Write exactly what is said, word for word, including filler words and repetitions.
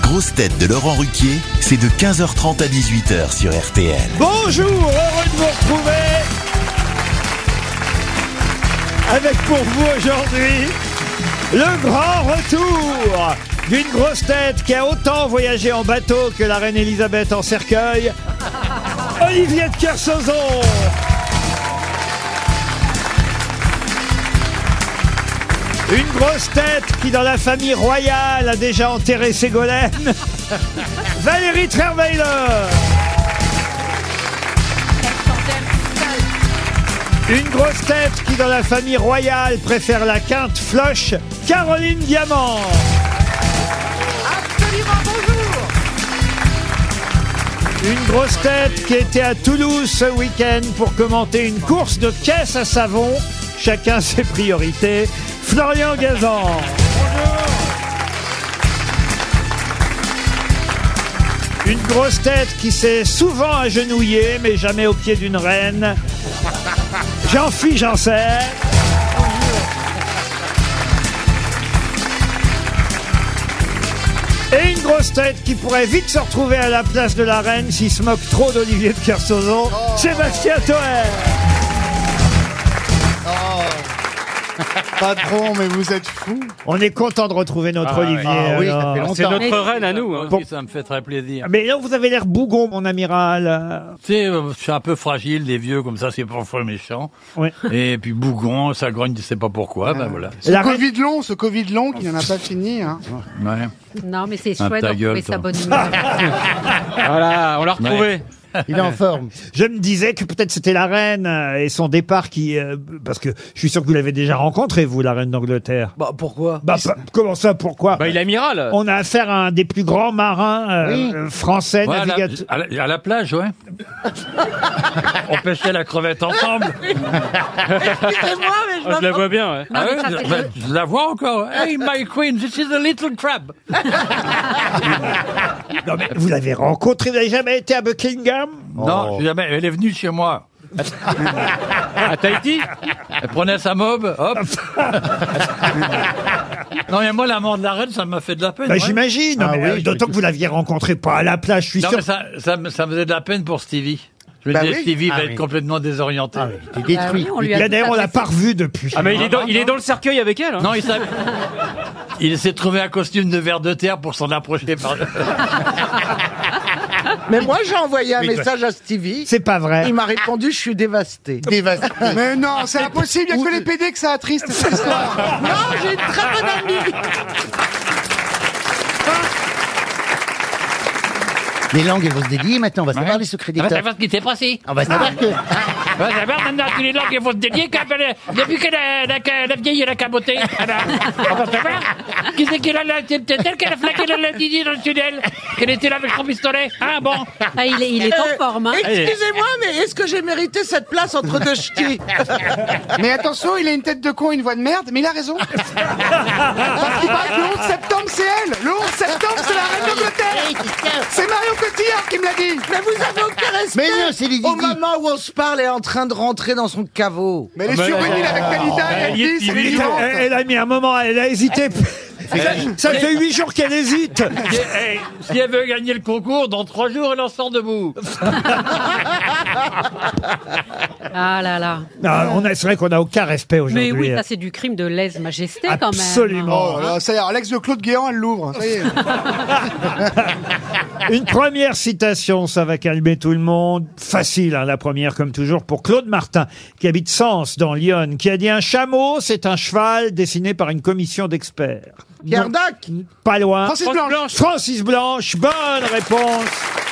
grosses têtes de Laurent Ruquier, c'est de quinze heures trente à dix-huit heures sur R T L. Bonjour, heureux de vous retrouver avec pour vous aujourd'hui le grand retour d'une grosse tête qui a autant voyagé en bateau que la reine Elisabeth en cercueil, Olivier de Kersauzon. Une grosse tête qui, dans la famille royale, a déjà enterré Ségolène, Valérie Trierweiler. Une grosse tête qui, dans la famille royale, préfère la quinte floche, Caroline Diamant. Absolument, bonjour. Une grosse tête qui était à Toulouse ce week-end pour commenter une course de caisse à savon. Chacun ses priorités. Florian Gazan. Bonjour. Une grosse tête qui s'est souvent agenouillée, mais jamais au pied d'une reine. Jean-Philippe Janssen. Et une grosse tête qui pourrait vite se retrouver à la place de la reine s'il se moque trop d'Olivier de Kersauzon, oh. Sébastien Toer. Oh. Patron, mais vous êtes fou. On est content de retrouver notre ah, Olivier. Ah, oui, ça fait longtemps. C'est notre reine à nous. Hein. Bon. Ça me fait très plaisir. Mais là, vous avez l'air bougon, mon amiral. Tu sais, euh, je suis un peu fragile, des vieux comme ça, c'est parfois méchant. Oui. Et puis bougon, ça grogne, je sais pas pourquoi, ben voilà. Ce La Covid long, ce Covid long qui n'en a pas fini. Hein. Ouais. Non, mais c'est Ah, chouette ta de gueule, retrouver sa toi. bonne humeur. Voilà, on l'a retrouvé. Ouais. Il est en forme. Je me disais que peut-être c'était la reine euh, et son départ qui... euh, parce que je suis sûr que vous l'avez déjà rencontré, vous, la reine d'Angleterre. Bah pourquoi? Bah, pa- comment ça, pourquoi Bah, il est amiral. On a affaire à un des plus grands marins euh, Oui. euh, français, Ouais, à, la, navigateurs. à, la, à la plage, ouais. On pêchait la crevette ensemble. Excusez-moi, mais je Oh, je la vois bien, ouais. Ah mais ouais, ça, je, c'est ben, je la vois encore. Hey, my queen, this is a little crab. Non, mais vous l'avez rencontré, vous n'avez jamais été à Buckingham? Non, j'ai jamais. Elle est venue chez moi. À Tahiti. Elle prenait sa mob, hop. Non, mais moi, l'amant de la reine, ça m'a fait de la peine. Bah, ouais. j'imagine, non, Ah mais, oui, euh, d'autant que vous l'aviez rencontré pas à la plage, je suis Non, sûr. mais ça, ça, me- ça me faisait de la peine pour Stevie. Je me Bah disais, oui. Stevie Ah va oui. être complètement désorienté. Ah oui, t'es Ah détruit. oui, on lui Là, a d'ailleurs, on l'a pas revu depuis. Ah, mais il est dans, il est dans le cercueil avec elle. Hein. Non, il s'est, il s'est trouvé un costume de ver de terre pour s'en approcher par Mais moi j'ai envoyé un Mais message à Stevie. C'est pas vrai. Il m'a répondu je suis dévasté. Dévasté. Mais non, c'est impossible. Il n'y a que les P D que ça attriste cette histoire. Non, j'ai une très bonne amie. Les langues, elles vont se délier maintenant, on va savoir les secrets On va d'État. savoir ce qui s'est passé. On va savoir que... On va savoir maintenant que les langues vont se délier quand elle- depuis que la, la, la vieille elle a caboté. Alors, on va savoir qui c'est qui l'a là. C'est peut-être elle qui a flaqué la Ladidi dans le tunnel. Qu'elle était là avec son pistolet. Ah bon. Ah, il est, il est en Euh, forme. Hein. Excusez-moi, mais est-ce que j'ai mérité cette place entre deux ch'tis? Mais attention, il a une tête de con et une voix de merde, mais il a raison. Parce qu'il paraît que le onze septembre, c'est elle. Le onze septembre, c'est la reine d'Angleterre. C'est Marion Cotillard qui me l'a dit. Mais vous avez aucun respect Mais non, c'est les au Didi. moment où on se parle est en train de rentrer dans son caveau. Mais elle est Ah, sur bah, une île avec Talita euh, et il est- Elvis, il elle est est- vivante. Elle, elle a mis un moment, elle a hésité. Ça, ça fait huit jours qu'elle hésite. Si, hey, si elle veut gagner le concours, dans trois jours, elle en sort debout. Ah là là. Non, on a, c'est vrai qu'on n'a aucun respect aujourd'hui. Mais oui, ça c'est du crime de lèse-majesté quand même. Absolument. Oh là là, ça y est, alors, l'ex de Claude Guéant, elle l'ouvre. Ça y est. Une première citation, ça va calmer tout le monde. Facile, hein, la première comme toujours, pour Claude Martin, qui habite Sens, dans l'Yonne, qui a dit « Un chameau, c'est un cheval dessiné par une commission d'experts. » Pierre Dac. Pas loin. Francis Blanche. Francis Blanche, bonne réponse